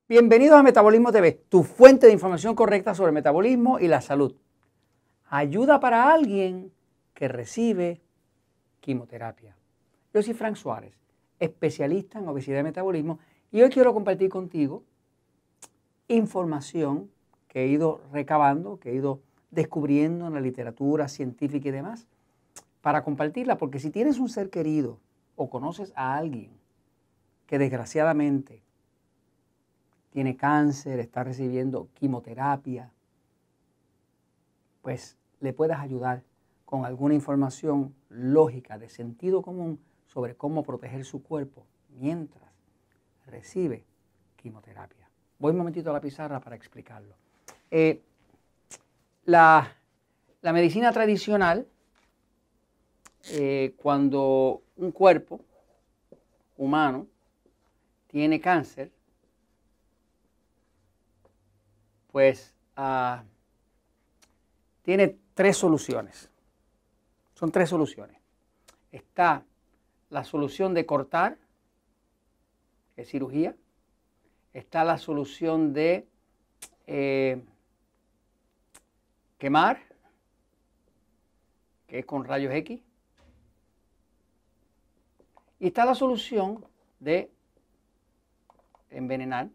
Bienvenidos a Metabolismo TV, tu fuente de información correcta sobre el metabolismo y la salud. Ayuda para alguien que recibe quimioterapia. Yo soy Frank Suárez, especialista en obesidad y metabolismo, y hoy quiero compartir contigo información que he ido recabando, que he ido descubriendo en la literatura científica y demás, para compartirla, porque si tienes un ser querido o conoces a alguien que desgraciadamente tiene cáncer, está recibiendo quimioterapia, pues le puedas ayudar con alguna información lógica, de sentido común, sobre cómo proteger su cuerpo mientras recibe quimioterapia. Voy un momentito a la pizarra para explicarlo. La medicina tradicional, cuando un cuerpo humano tiene cáncer, pues tiene tres soluciones. Son tres soluciones. Está la solución de cortar, que es cirugía. Está la solución de quemar, que es con rayos X. Y está la solución de envenenar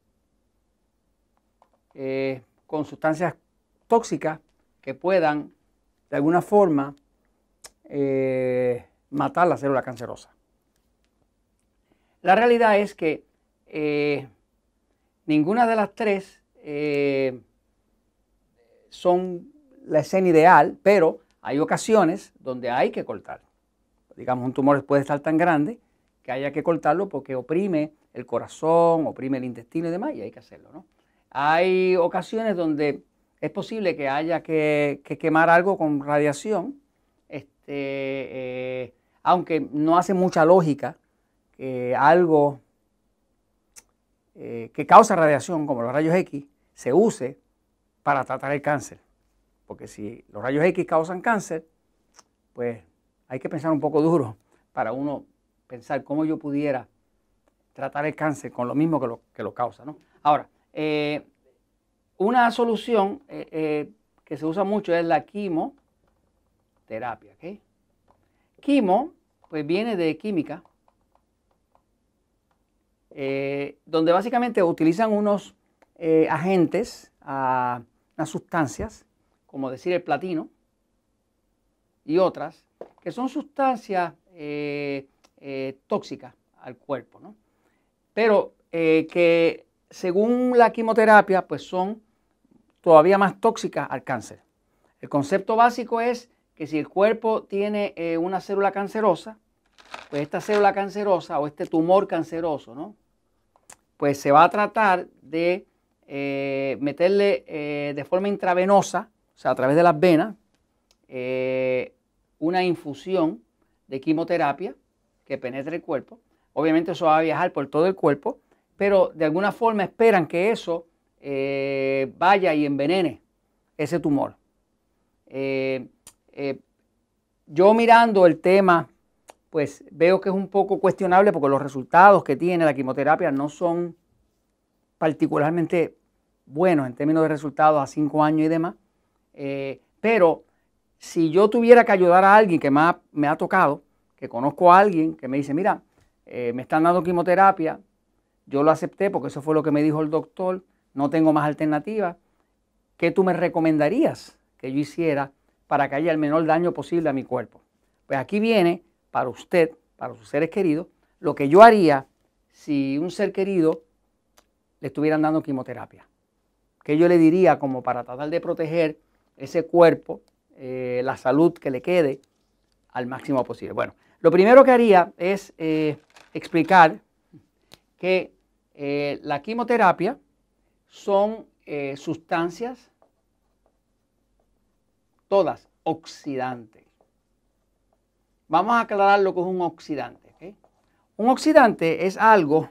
con sustancias tóxicas que puedan de alguna forma matar la célula cancerosa. La realidad es que ninguna de las tres son la escena ideal, pero hay ocasiones donde hay que cortar. Digamos, un tumor puede estar tan grande que haya que cortarlo porque oprime el corazón, oprime el intestino y demás, y hay que hacerlo, ¿no? Hay ocasiones donde es posible que haya que quemar algo con radiación, aunque no hace mucha lógica que algo que causa radiación, como los rayos X, se use para tratar el cáncer. Porque si los rayos X causan cáncer, pues hay que pensar un poco duro para uno pensar cómo yo pudiera tratar el cáncer con lo mismo que lo causa, ¿no? Ahora, una solución que se usa mucho es la quimioterapia. ¿Okay? Quimo, pues viene de química, donde básicamente utilizan unos agentes, unas sustancias, como decir el platino y otras, que son sustancias tóxicas al cuerpo, ¿no? Pero que según la quimioterapia, pues son todavía más tóxicas al cáncer. El concepto básico es que si el cuerpo tiene una célula cancerosa, pues esta célula cancerosa o este tumor canceroso, ¿no? Pues se va a tratar de meterle de forma intravenosa, o sea, a través de las venas, una infusión de quimioterapia que penetre el cuerpo. Obviamente eso va a viajar por todo el cuerpo, pero de alguna forma esperan que eso vaya y envenene ese tumor. Yo mirando el tema, pues veo que es un poco cuestionable porque los resultados que tiene la quimioterapia no son particularmente buenos en términos de resultados a 5 años y demás. Pero si yo tuviera que ayudar a alguien que me ha tocado, que conozco a alguien que me dice, mira, me están dando quimioterapia, yo lo acepté porque eso fue lo que me dijo el doctor, no tengo más alternativas, ¿qué tú me recomendarías que yo hiciera para que haya el menor daño posible a mi cuerpo? Pues aquí viene para usted, para sus seres queridos, lo que yo haría si un ser querido le estuvieran dando quimioterapia. ¿Qué yo le diría como para tratar de proteger ese cuerpo, la salud que le quede al máximo posible? Bueno, lo primero que haría es explicar que la quimioterapia son sustancias, todas oxidantes. Vamos a aclarar lo que es un oxidante. ¿Okay? Un oxidante es algo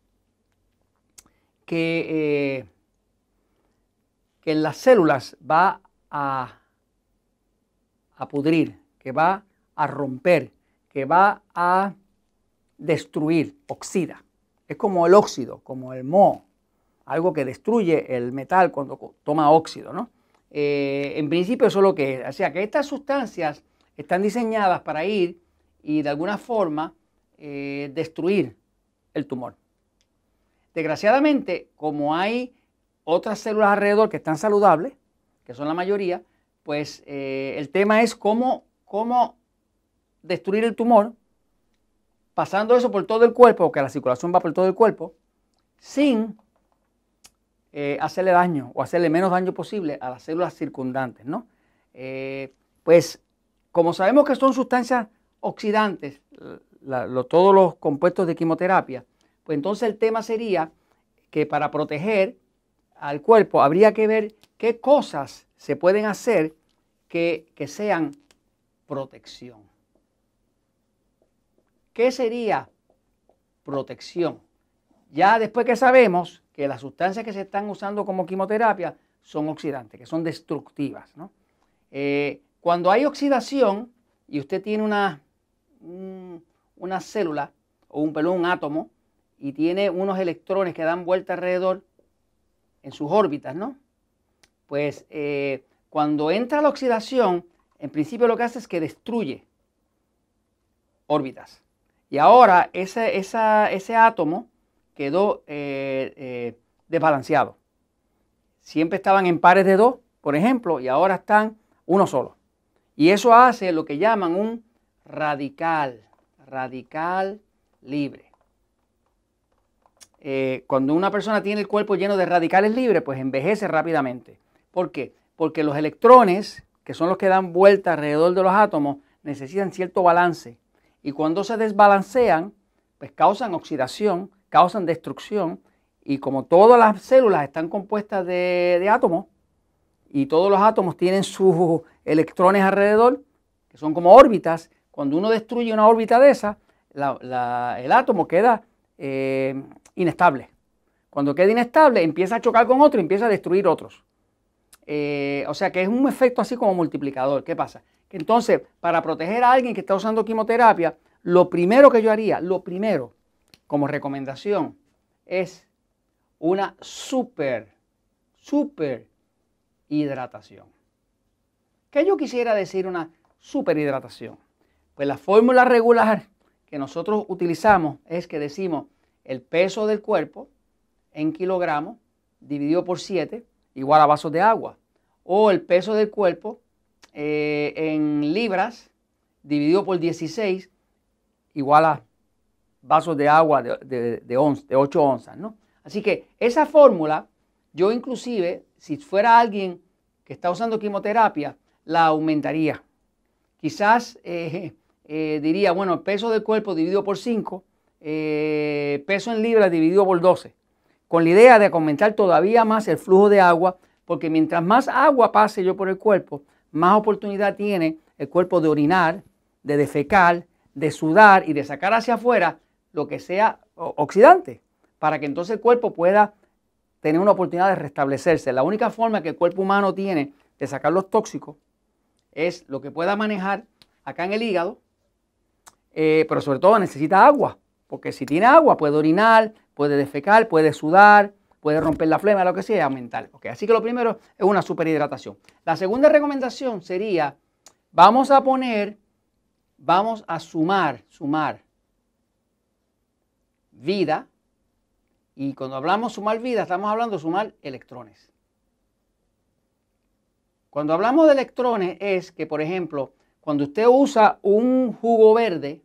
que en las células va a pudrir, que va a romper, que va a destruir, oxida. Es como el óxido, como el moho. algo que destruye el metal cuando toma óxido, ¿no? En principio eso es lo que es. O sea que estas sustancias están diseñadas para ir y de alguna forma destruir el tumor. Desgraciadamente, como hay otras células alrededor que están saludables, que son la mayoría, pues el tema es cómo destruir el tumor, pasando eso por todo el cuerpo, porque la circulación va por todo el cuerpo, sin hacerle daño o hacerle menos daño posible a las células circundantes, ¿no? Pues como sabemos que son sustancias oxidantes, todos los compuestos de quimioterapia, pues entonces el tema sería que para proteger al cuerpo habría que ver qué cosas se pueden hacer que sean protección. ¿Qué sería protección? Ya después que sabemos que las sustancias que se están usando como quimioterapia son oxidantes, que son destructivas, ¿no? Cuando hay oxidación y usted tiene una célula o un átomo y tiene unos electrones que dan vuelta alrededor en sus órbitas, ¿no? Pues cuando entra la oxidación, en principio lo que hace es que destruye órbitas. Y ahora ese átomo quedó desbalanceado. Siempre estaban en pares de 2, por ejemplo, y ahora están uno solo. Y eso hace lo que llaman un radical libre. Cuando una persona tiene el cuerpo lleno de radicales libres, pues envejece rápidamente. ¿Por qué? Porque los electrones, que son los que dan vuelta alrededor de los átomos, necesitan cierto balance. Y cuando se desbalancean, pues causan oxidación, causan destrucción. Y como todas las células están compuestas de átomos, y todos los átomos tienen sus electrones alrededor, que son como órbitas, cuando uno destruye una órbita de esas, el átomo queda inestable. Cuando queda inestable, empieza a chocar con otro y empieza a destruir otros. O sea que es un efecto así como multiplicador. ¿Qué pasa? Que entonces, para proteger a alguien que está usando quimioterapia, lo primero que yo haría, como recomendación, es una super hidratación. ¿Qué yo quisiera decir una superhidratación? Pues la fórmula regular que nosotros utilizamos es que decimos el peso del cuerpo en kilogramos dividido por 7 igual a vasos de agua. O el peso del cuerpo en libras dividido por 16 igual a vasos de agua de 8 onzas, ¿no? Así que esa fórmula, yo inclusive, si fuera alguien que está usando quimioterapia, la aumentaría. Quizás diría, bueno, el peso del cuerpo dividido por 5, peso en libras dividido por 12, con la idea de aumentar todavía más el flujo de agua, porque mientras más agua pase yo por el cuerpo, más oportunidad tiene el cuerpo de orinar, de defecar, de sudar y de sacar hacia afuera lo que sea oxidante, para que entonces el cuerpo pueda tener una oportunidad de restablecerse. La única forma que el cuerpo humano tiene de sacar los tóxicos es lo que pueda manejar acá en el hígado, pero sobre todo necesita agua, porque si tiene agua puede orinar, puede defecar, puede sudar, puede romper la flema, lo que sea, aumentar. Okay, así que lo primero es una superhidratación. La segunda recomendación sería, vamos a sumar vida, y cuando hablamos sumar vida, estamos hablando de sumar electrones. Cuando hablamos de electrones es que, por ejemplo, cuando usted usa un jugo verde,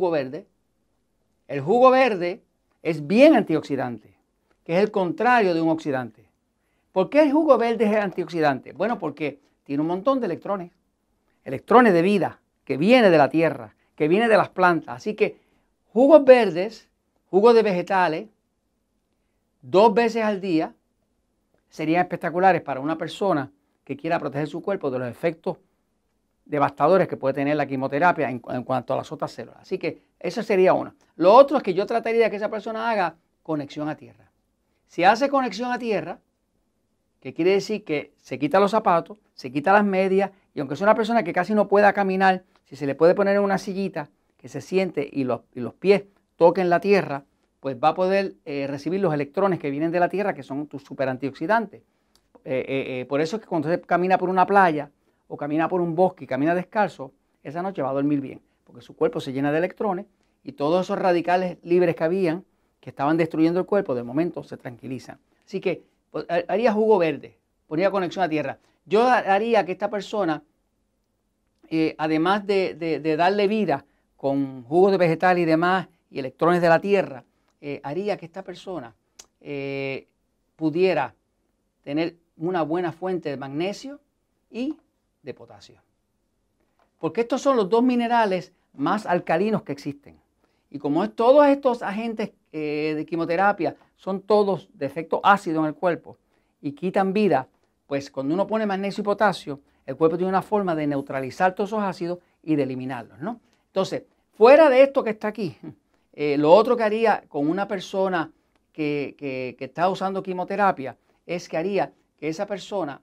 el jugo verde es bien antioxidante, que es el contrario de un oxidante. ¿Por qué el jugo verde es antioxidante? Bueno, porque tiene un montón de electrones de vida, que viene de la tierra, que viene de las plantas. Así que jugos verdes, jugos de vegetales, 2 veces al día serían espectaculares para una persona que quiera proteger su cuerpo de los efectos devastadores que puede tener la quimioterapia en cuanto a las otras células. Así que eso sería una. Lo otro es que yo trataría de que esa persona haga conexión a tierra. Si hace conexión a tierra, que quiere decir que se quita los zapatos, se quita las medias, y aunque sea una persona que casi no pueda caminar, si se le puede poner en una sillita que se siente y los pies toquen la tierra, pues va a poder recibir los electrones que vienen de la Tierra, que son tus super antioxidantes. Por eso es que cuando usted camina por una playa o camina por un bosque y camina descalzo, esa noche va a dormir bien, porque su cuerpo se llena de electrones y todos esos radicales libres que habían, que estaban destruyendo el cuerpo, de momento se tranquilizan. Así que pues, haría jugo verde, ponía conexión a tierra. Yo haría que esta persona, además de darle vida con jugos de vegetal y demás, y electrones de la tierra, haría que esta persona pudiera tener una buena fuente de magnesio y de potasio. Porque estos son los dos minerales más alcalinos que existen. Y como todos estos agentes de quimioterapia son todos de efecto ácido en el cuerpo y quitan vida, pues cuando uno pone magnesio y potasio, el cuerpo tiene una forma de neutralizar todos esos ácidos y de eliminarlos, ¿no? Entonces, fuera de esto que está aquí, lo otro que haría con una persona que está usando quimioterapia es que haría que esa persona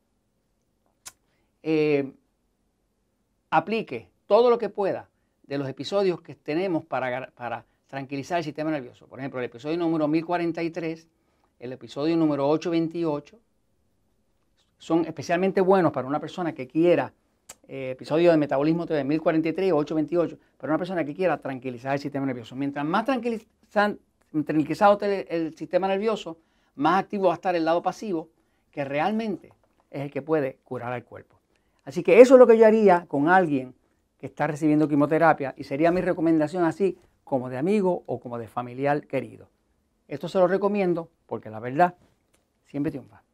aplique todo lo que pueda de los episodios que tenemos para tranquilizar el sistema nervioso. Por ejemplo, el episodio número 1043, el episodio número 828, son especialmente buenos para una persona que quiera, episodio de metabolismo de 1043 o 828, para una persona que quiera tranquilizar el sistema nervioso. Mientras más tranquilizado esté el sistema nervioso, más activo va a estar el lado pasivo, que realmente es el que puede curar al cuerpo. Así que eso es lo que yo haría con alguien que está recibiendo quimioterapia y sería mi recomendación así como de amigo o como de familiar querido. Esto se lo recomiendo porque la verdad siempre triunfa.